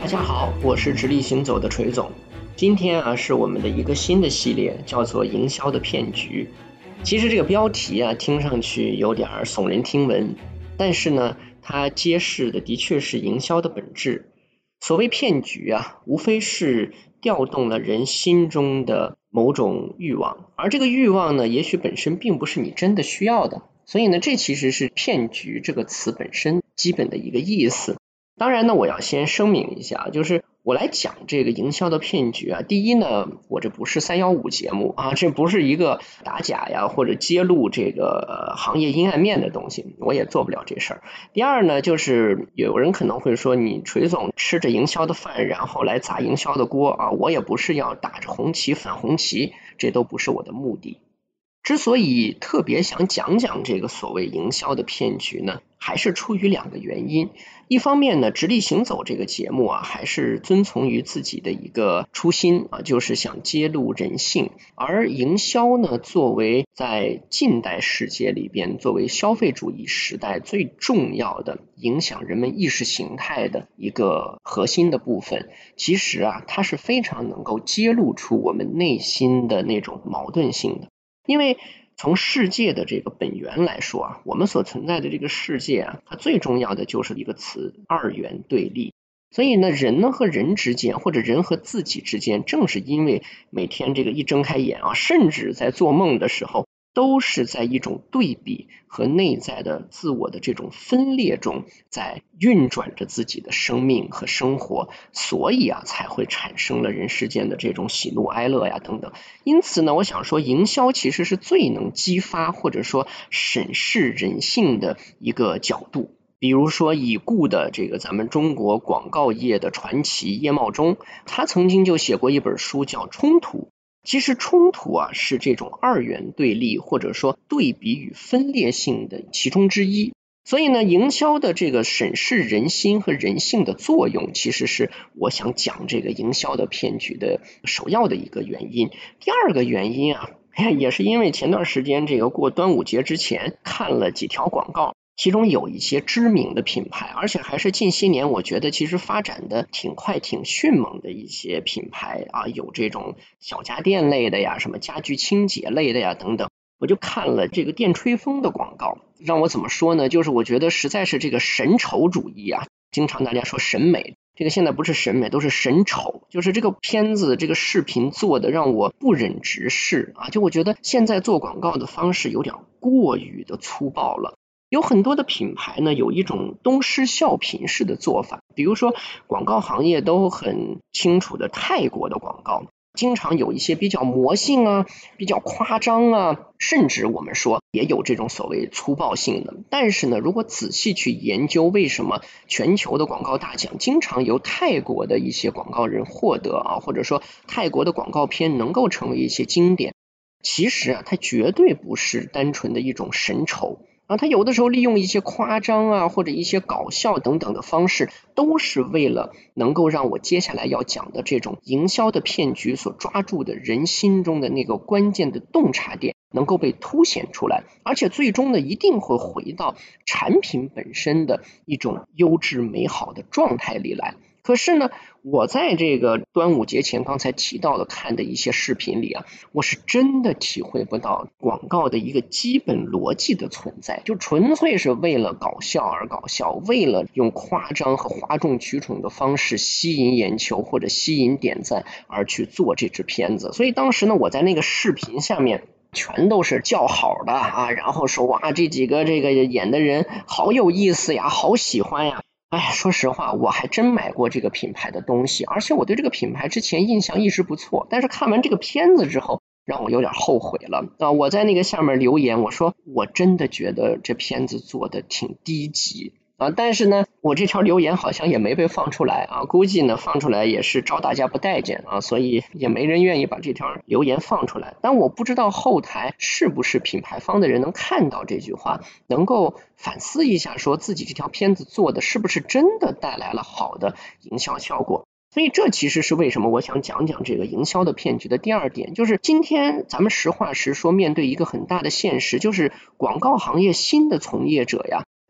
大家好，我是直立行走的锤总。今天是我们的一个新的系列，叫做营销的骗局。其实这个标题听上去有点耸人听闻，但是呢它揭示的的确是营销的本质。所谓骗局无非是调动了人心中的某种欲望，而这个欲望呢也许本身并不是你真的需要的，所以呢这其实是骗局这个词本身基本的一个意思。当然呢我要先声明一下，就是我来讲这个营销的骗局第一呢，我这不是315节目这不是一个打假或者揭露这个行业阴暗面的东西，我也做不了这事儿。第二呢，就是有人可能会说，你锤总吃着营销的饭，然后来砸营销的锅我也不是要打着红旗反红旗，这都不是我的目的。之所以特别想讲讲这个所谓营销的骗局呢，还是出于两个原因。一方面呢，直立行走这个节目还是遵从于自己的一个初心就是想揭露人性。而营销呢，作为在近代世界里边，作为消费主义时代最重要的影响人们意识形态的一个核心的部分，其实它是非常能够揭露出我们内心的那种矛盾性的。因为从世界的这个本源来说我们所存在的这个世界它最重要的就是一个词，二元对立。所以呢，人呢和人之间，或者人和自己之间，正是因为每天这个一睁开眼甚至在做梦的时候，都是在一种对比和内在的自我的这种分裂中在运转着自己的生命和生活，所以才会产生了人世间的这种喜怒哀乐等等。因此呢，我想说营销其实是最能激发或者说审视人性的一个角度。比如说已故的这个咱们中国广告业的传奇叶茂中，他曾经就写过一本书叫《冲突》。其实冲突是这种二元对立或者说对比与分裂性的其中之一。所以呢，营销的这个审视人心和人性的作用，其实是我想讲这个营销的骗局的首要的一个原因。第二个原因也是因为前段时间这个过端午节之前看了几条广告，其中有一些知名的品牌，而且还是近些年我觉得其实发展的挺快挺迅猛的一些品牌有这种小家电类的什么家具清洁类的等等。我就看了这个电吹风的广告，让我怎么说呢，就是我觉得实在是这个神丑主义经常大家说审美，这个现在不是审美，都是神丑，就是这个片子这个视频做的让我不忍直视就我觉得现在做广告的方式有点过于的粗暴了。有很多的品牌呢，有一种东施效颦式的做法，比如说广告行业都很清楚的泰国的广告，经常有一些比较魔性比较夸张甚至我们说也有这种所谓粗暴性的。但是呢，如果仔细去研究为什么全球的广告大奖经常由泰国的一些广告人获得或者说泰国的广告片能够成为一些经典，其实它绝对不是单纯的一种神丑它有的时候利用一些夸张或者一些搞笑等等的方式，都是为了能够让我接下来要讲的这种营销的骗局所抓住的人心中的那个关键的洞察点能够被凸显出来，而且最终呢一定会回到产品本身的一种优质美好的状态里来。可是呢，我在这个端午节前刚才提到的看的一些视频里我是真的体会不到广告的一个基本逻辑的存在，就纯粹是为了搞笑而搞笑，为了用夸张和哗众取宠的方式吸引眼球或者吸引点赞而去做这支片子。所以当时呢，我在那个视频下面全都是叫好的然后说哇，这几个这个演的人好有意思好喜欢说实话，我还真买过这个品牌的东西，而且我对这个品牌之前印象一直不错，但是看完这个片子之后让我有点后悔了我在那个下面留言，我说我真的觉得这片子做的挺低级但是呢我这条留言好像也没被放出来估计呢放出来也是招大家不待见所以也没人愿意把这条留言放出来。但我不知道后台是不是品牌方的人能看到这句话，能够反思一下，说自己这条片子做的是不是真的带来了好的营销效果。所以这其实是为什么我想讲讲这个营销的骗局的第二点，就是今天咱们实话实说，面对一个很大的现实，就是广告行业新的从业者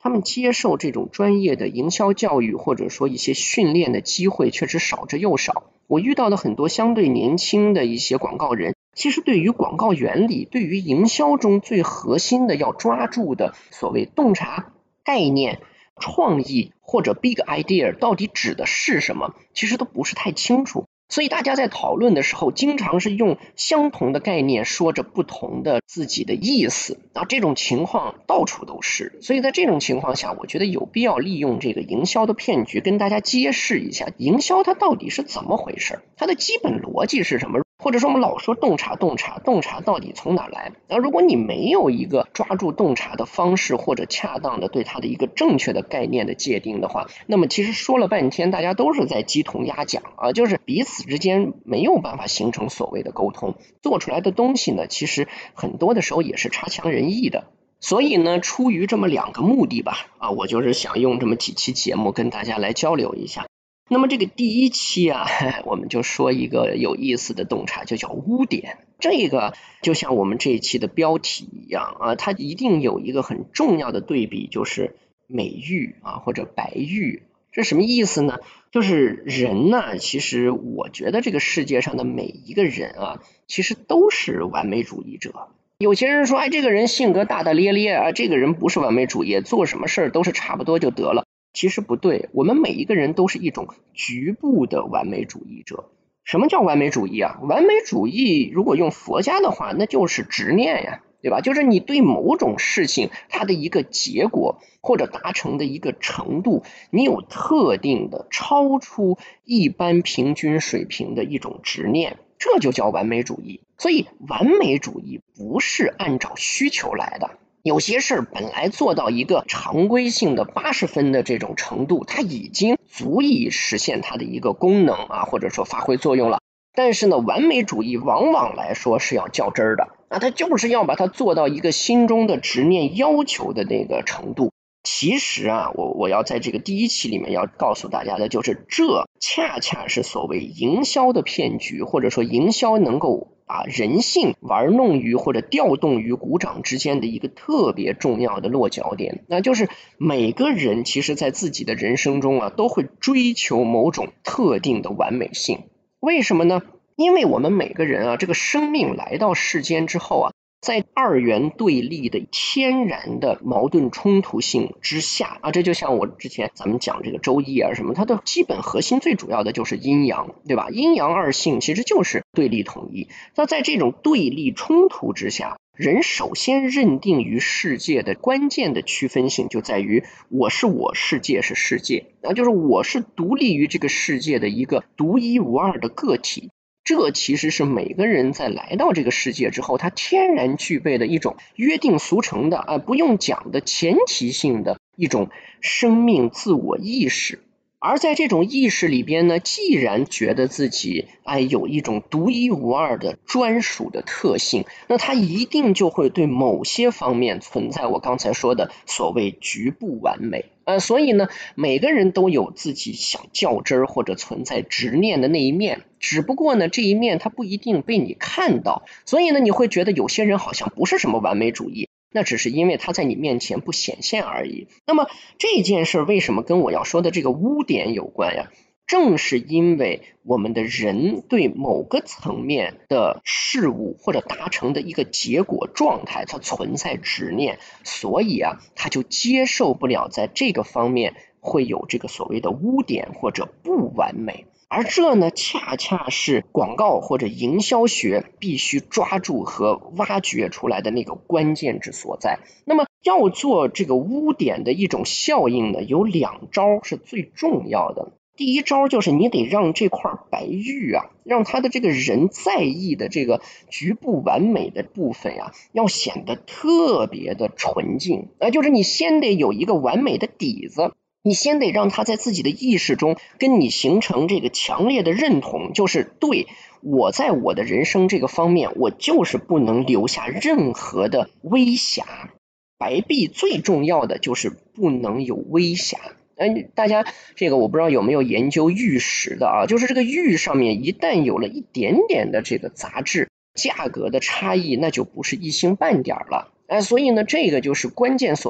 他们接受这种专业的营销教育或者说一些训练的机会确实少之又少。我遇到的很多相对年轻的一些广告人，其实对于广告原理，对于营销中最核心的要抓住的所谓洞察、概念、创意或者 big idea 到底指的是什么，其实都不是太清楚。所以大家在讨论的时候，经常是用相同的概念说着不同的自己的意思啊，这种情况到处都是。所以在这种情况下，我觉得有必要利用这个营销的骗局，跟大家揭示一下营销它到底是怎么回事，它的基本逻辑是什么。或者说我们老说洞察到底从哪来？如果你没有一个抓住洞察的方式，或者恰当的对它的一个正确的概念的界定的话，那么其实说了半天，大家都是在鸡同鸭讲啊，就是彼此之间没有办法形成所谓的沟通，做出来的东西呢，其实很多的时候也是差强人意的。所以呢，出于这么2个目的吧，我就是想用这么几期节目跟大家来交流一下。那么这个第1期我们就说一个有意思的洞察，就叫污点。这个就像我们这一期的标题一样它一定有一个很重要的对比，就是美玉或者白玉。这什么意思呢？就是人呢，其实我觉得这个世界上的每一个人其实都是完美主义者。有些人说这个人性格大大咧咧这个人不是完美主义，做什么事都是差不多就得了。其实不对，我们每一个人都是一种局部的完美主义者。什么叫完美主义完美主义如果用佛家的话，那就是执念呀，对吧？就是你对某种事情它的一个结果或者达成的一个程度，你有特定的超出一般平均水平的一种执念，这就叫完美主义。所以完美主义不是按照需求来的。有些事本来做到一个常规性的80分的这种程度，它已经足以实现它的一个功能或者说发挥作用了。但是呢，完美主义往往来说是要较真儿的它就是要把它做到一个心中的执念要求的那个程度。其实我要在这个第1期里面要告诉大家的就是，这恰恰是所谓营销的骗局，或者说营销能够把人性玩弄于或者调动于股掌之间的一个特别重要的落脚点。那就是每个人其实在自己的人生中都会追求某种特定的完美性。为什么呢？因为我们每个人这个生命来到世间之后在2元对立的天然的矛盾冲突性之下这就像我之前咱们讲这个周易什么，它的基本核心最主要的就是阴阳，对吧？阴阳2性其实就是对立统一。那在这种对立冲突之下，人首先认定于世界的关键的区分性就在于我是我，世界是世界就是我是独立于这个世界的一个独一无二的个体。这其实是每个人在来到这个世界之后，他天然具备的一种约定俗成的不用讲的前提性的一种生命自我意识。而在这种意识里边呢，既然觉得自己有一种独一无二的专属的特性，那他一定就会对某些方面存在我刚才说的所谓局部完美所以呢，每个人都有自己想较真或者存在执念的那一面，只不过呢，这一面它不一定被你看到，所以呢，你会觉得有些人好像不是什么完美主义，那只是因为他在你面前不显现而已。那么这件事为什么跟我要说的这个污点有关呀？正是因为我们的人对某个层面的事物或者达成的一个结果状态，它存在执念，所以他就接受不了在这个方面会有这个所谓的污点或者不完美。而这呢，恰恰是广告或者营销学必须抓住和挖掘出来的那个关键之所在。那么要做这个污点的一种效应呢，有2招是最重要的。第1招就是你得让这块白玉让他的这个人在意的这个局部完美的部分要显得特别的纯净就是你先得有一个完美的底子，你先得让他在自己的意识中跟你形成这个强烈的认同，就是对，我在我的人生这个方面，我就是不能留下任何的微瑕。白璧最重要的就是不能有微瑕。大家这个我不知道有没有研究玉石的就是这个玉上面一旦有了一点点的这个杂质，价格的差异那就不是一星半点了所以呢，这个就是关键所在。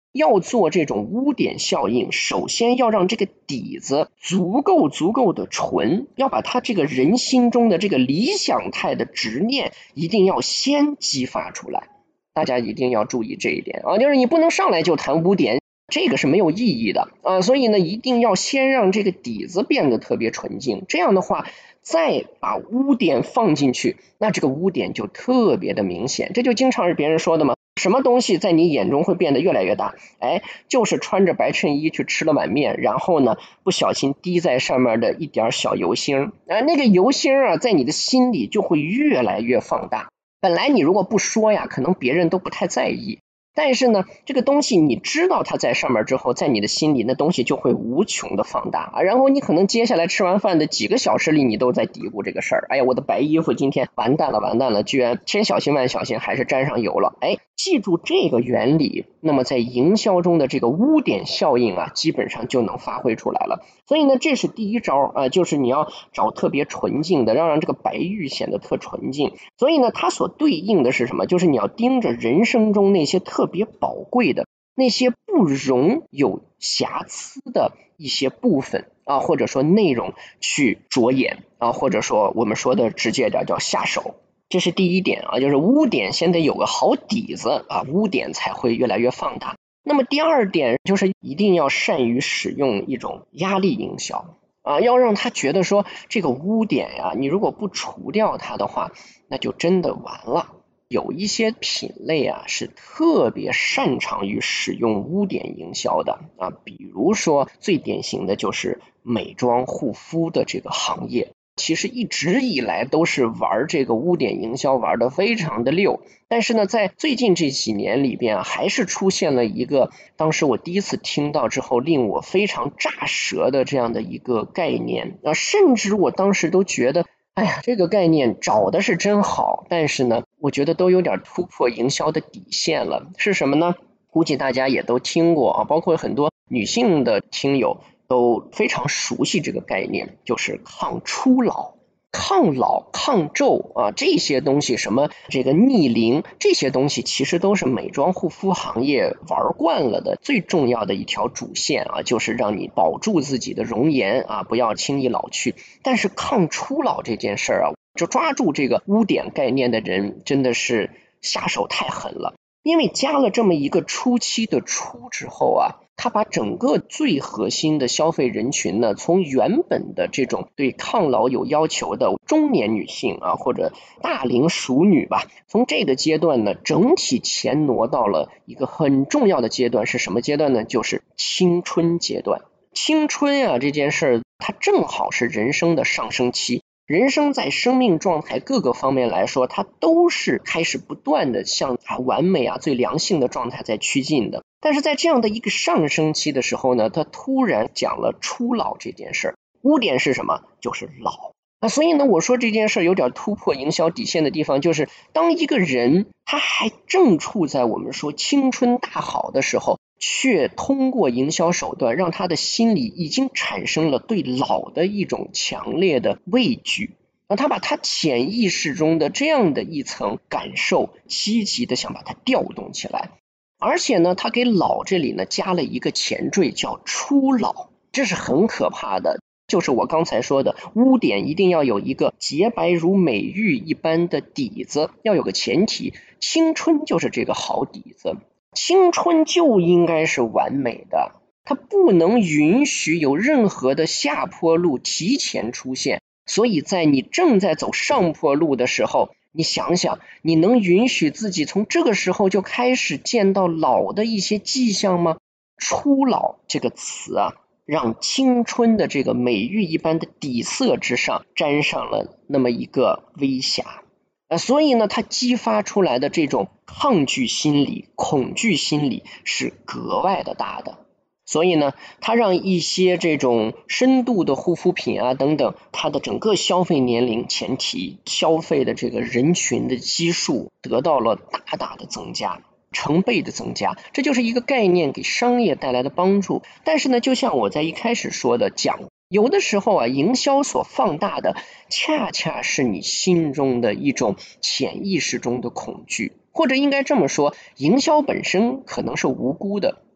要做这种污点效应，首先要让这个底子足够的纯，要把他这个人心中的这个理想态的执念一定要先激发出来。大家一定要注意这一点啊，就是你不能上来就谈污点，这个是没有意义的啊。所以呢，一定要先让这个底子变得特别纯净，这样的话再把污点放进去，那这个污点就特别的明显。这就经常是别人说的嘛，什么东西在你眼中会变得越来越大？就是穿着白衬衣去吃了碗面，然后呢不小心滴在上面的一点小油星，那个油星啊在你的心里就会越来越放大。本来你如果不说呀，可能别人都不太在意，但是呢这个东西你知道它在上面之后，在你的心里那东西就会无穷的放大啊。然后你可能接下来吃完饭的几个小时里，你都在嘀咕这个事儿，哎呀我的白衣服今天完蛋了，居然千小心万小心还是沾上油了。记住这个原理，那么在营销中的这个污点效应啊，基本上就能发挥出来了。所以呢这是第一招啊，就是你要找特别纯净的，让这个白玉显得特纯净。所以呢它所对应的是什么？就是你要盯着人生中那些特别宝贵的，那些不容有瑕疵的一些部分啊，或者说内容去着眼啊，或者说我们说的直接点叫下手。这是第一点啊，就是污点先得有个好底子啊，污点才会越来越放大。那么第二点就是一定要善于使用一种压力营销啊，要让他觉得说这个污点呀，你如果不除掉它的话，那就真的完了。有一些品类啊是特别擅长于使用污点营销的啊，比如说最典型的就是美妆护肤的这个行业。其实一直以来都是玩这个污点营销玩的非常的溜，但是呢在最近这几年里边还是出现了一个当时我第一次听到之后令我非常炸舌的这样的一个概念啊，甚至我当时都觉得这个概念找的是真好，但是呢我觉得都有点突破营销的底线了。是什么呢？估计大家也都听过啊，包括很多女性的听友都非常熟悉这个概念，就是抗初老、抗老、抗皱啊，这些东西，什么这个逆龄，这些东西其实都是美妆护肤行业玩惯了的最重要的一条主线啊，就是让你保住自己的容颜啊，不要轻易老去。但是抗初老这件事啊，就抓住这个污点概念的人真的是下手太狠了。因为加了这么一个初期的初之后啊，他把整个最核心的消费人群呢，从原本的这种对抗老有要求的中年女性啊，或者大龄熟女吧，从这个阶段呢，整体前挪到了一个很重要的阶段。是什么阶段呢？就是青春阶段。青春啊这件事它正好是人生的上升期，人生在生命状态各个方面来说，它都是开始不断的向完美啊最良性的状态在趋近的。但是在这样的一个上升期的时候呢，它突然讲了初老这件事。污点是什么？就是老所以呢我说这件事有点突破营销底线的地方，就是当一个人他还正处在我们说青春大好的时候，却通过营销手段让他的心里已经产生了对老的一种强烈的畏惧，他把他潜意识中的这样的一层感受积极的想把它调动起来。而且呢他给老这里呢加了一个前缀叫初老，这是很可怕的。就是我刚才说的污点一定要有一个洁白如美玉一般的底子，要有个前提，青春就是这个好底子。青春就应该是完美的，它不能允许有任何的下坡路提前出现。所以在你正在走上坡路的时候，你想想你能允许自己从这个时候就开始见到老的一些迹象吗？初老这个词啊，让青春的这个美玉一般的底色之上沾上了那么一个微瑕所以呢它激发出来的这种抗拒心理、恐惧心理是格外的大的。所以呢它让一些这种深度的护肤品啊等等，它的整个消费年龄前提消费的这个人群的基数得到了大大的增加，成倍的增加，这就是一个概念给商业带来的帮助。但是呢就像我在一开始说的讲，有的时候营销所放大的恰恰是你心中的一种潜意识中的恐惧，或者应该这么说，营销本身可能是无辜的，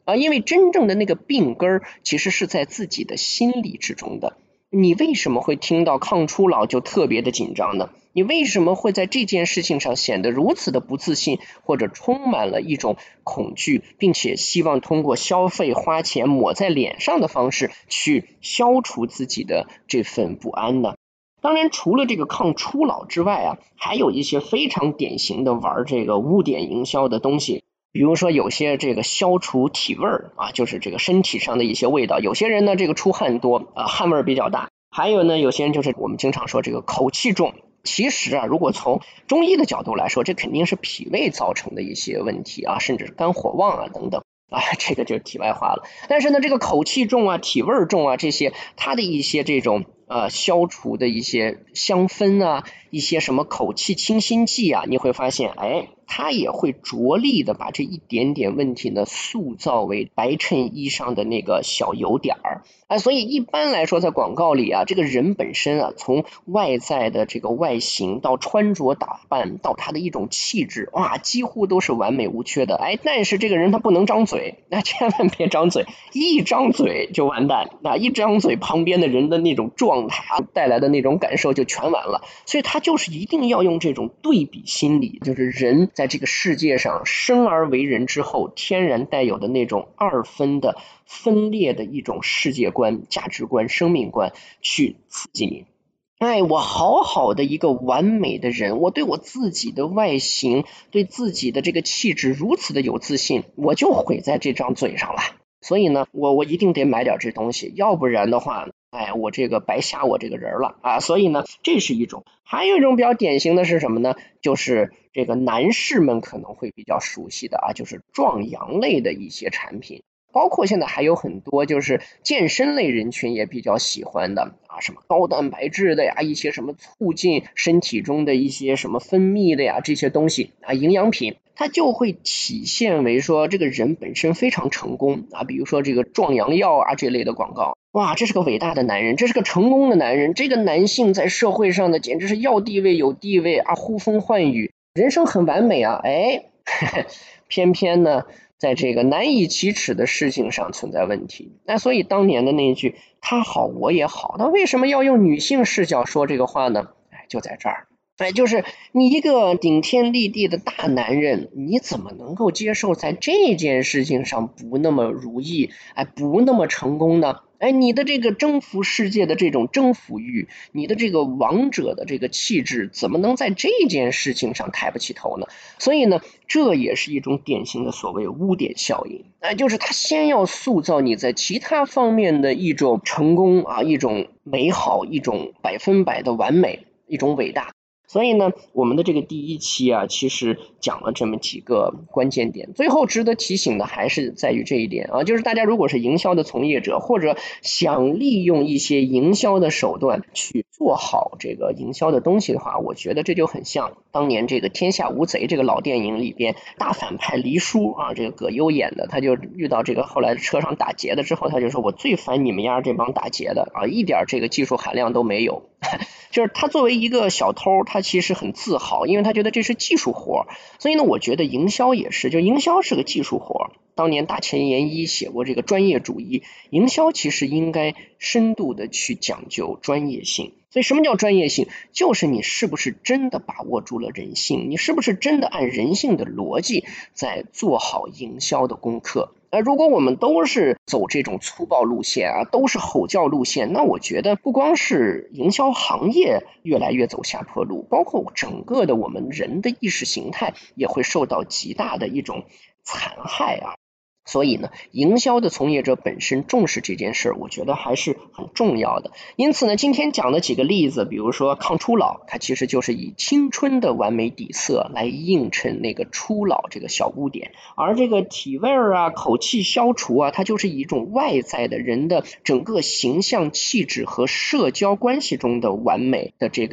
因为真正的那个病根其实是在自己的心理之中的。你为什么会听到抗初老就特别的紧张呢？你为什么会在这件事情上显得如此的不自信，或者充满了一种恐惧，并且希望通过消费花钱抹在脸上的方式去消除自己的这份不安呢？当然除了这个抗初老之外还有一些非常典型的玩这个污点营销的东西。比如说有些这个消除体味就是这个身体上的一些味道，有些人呢这个出汗多汗味比较大，还有呢有些人就是我们经常说这个口气重。其实如果从中医的角度来说，这肯定是脾胃造成的一些问题甚至是肝火旺等等这个就题外话了。但是呢这个口气重体味重这些它的一些这种消除的一些香氛一些什么口气清新剂你会发现它也会着力的把这一点点问题呢塑造为白衬衣上的那个小油点所以一般来说在广告里这个人本身从外在的这个外形到穿着打扮到他的一种气质几乎都是完美无缺的但是这个人他不能张嘴，千万别张嘴，一张嘴就完蛋一张嘴旁边的人的那种状态带来的那种感受就全完了。所以他就是一定要用这种对比心理，就是人在这个世界上生而为人之后天然带有的那种二分的分裂的一种世界观、价值观、生命观去刺激你。我好好的一个完美的人，我对我自己的外形对自己的这个气质如此的有自信，我就毁在这张嘴上了。所以呢我一定得买点这东西，要不然的话我这个白瞎我这个人了所以呢这是一种。还有一种比较典型的是什么呢？就是这个男士们可能会比较熟悉的就是壮阳类的一些产品，包括现在还有很多就是健身类人群也比较喜欢的什么高蛋白质的一些什么促进身体中的一些什么分泌的这些东西营养品，它就会体现为说这个人本身非常成功比如说这个壮阳药这类的广告，这是个伟大的男人，这是个成功的男人，这个男性在社会上的简直是要地位有地位呼风唤雨，人生很完美偏偏呢在这个难以启齿的事情上存在问题。所以当年的那一句他好我也好，那为什么要用女性视角说这个话呢？就在这儿就是你一个顶天立地的大男人，你怎么能够接受在这件事情上不那么如意不那么成功呢？你的这个征服世界的这种征服欲，你的这个王者的这个气质怎么能在这件事情上抬不起头呢？所以呢这也是一种典型的所谓污点效应就是他先要塑造你在其他方面的一种成功一种美好，一种100%的完美，一种伟大。所以呢我们的这个第一期其实讲了这么几个关键点。最后值得提醒的还是在于这一点就是大家如果是营销的从业者，或者想利用一些营销的手段去做好这个营销的东西的话，我觉得这就很像当年这个天下无贼这个老电影里边大反派黎叔这个葛优演的，他就遇到这个后来车上打劫的之后，他就说我最烦你们家这帮打劫的一点这个技术含量都没有就是他作为一个小偷，他其实很自豪，因为他觉得这是技术活。所以呢我觉得营销也是，就营销是个技术活。当年大前研一写过这个专业主义，营销其实应该深度的去讲究专业性。所以什么叫专业性？就是你是不是真的把握住了人性，你是不是真的按人性的逻辑在做好营销的功课。如果我们都是走这种粗暴路线都是吼叫路线，那我觉得不光是营销行业越来越走下坡路，包括整个的我们人的意识形态也会受到极大的一种残害所以呢营销的从业者本身重视这件事我觉得还是很重要的。因此呢今天讲的几个例子，比如说抗初老，它其实就是以青春的完美底色来映衬那个初老这个小污点，而这个体味口气消除它就是以一种外在的人的整个形象气质和社交关系中的完美的这个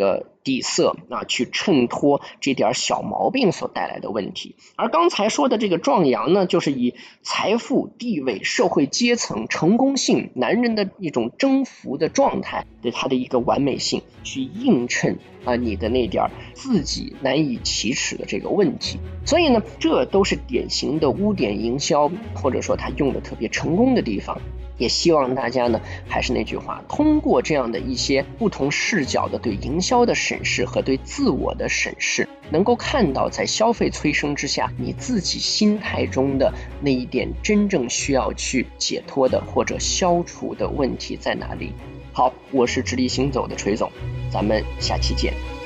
底色去衬托这点小毛病所带来的问题。而刚才说的这个壮阳呢，就是以财富、地位、社会阶层、成功性、男人的一种征服的状态对他的一个完美性去映衬你的那点自己难以启齿的这个问题。所以呢，这都是典型的污点营销，或者说他用的特别成功的地方。也希望大家呢，还是那句话，通过这样的一些不同视角的对营销的审视和对自我的审视，能够看到在消费催生之下，你自己心态中的那一点真正需要去解脱的或者消除的问题在哪里。好，我是直立行走的锤总，咱们下期见。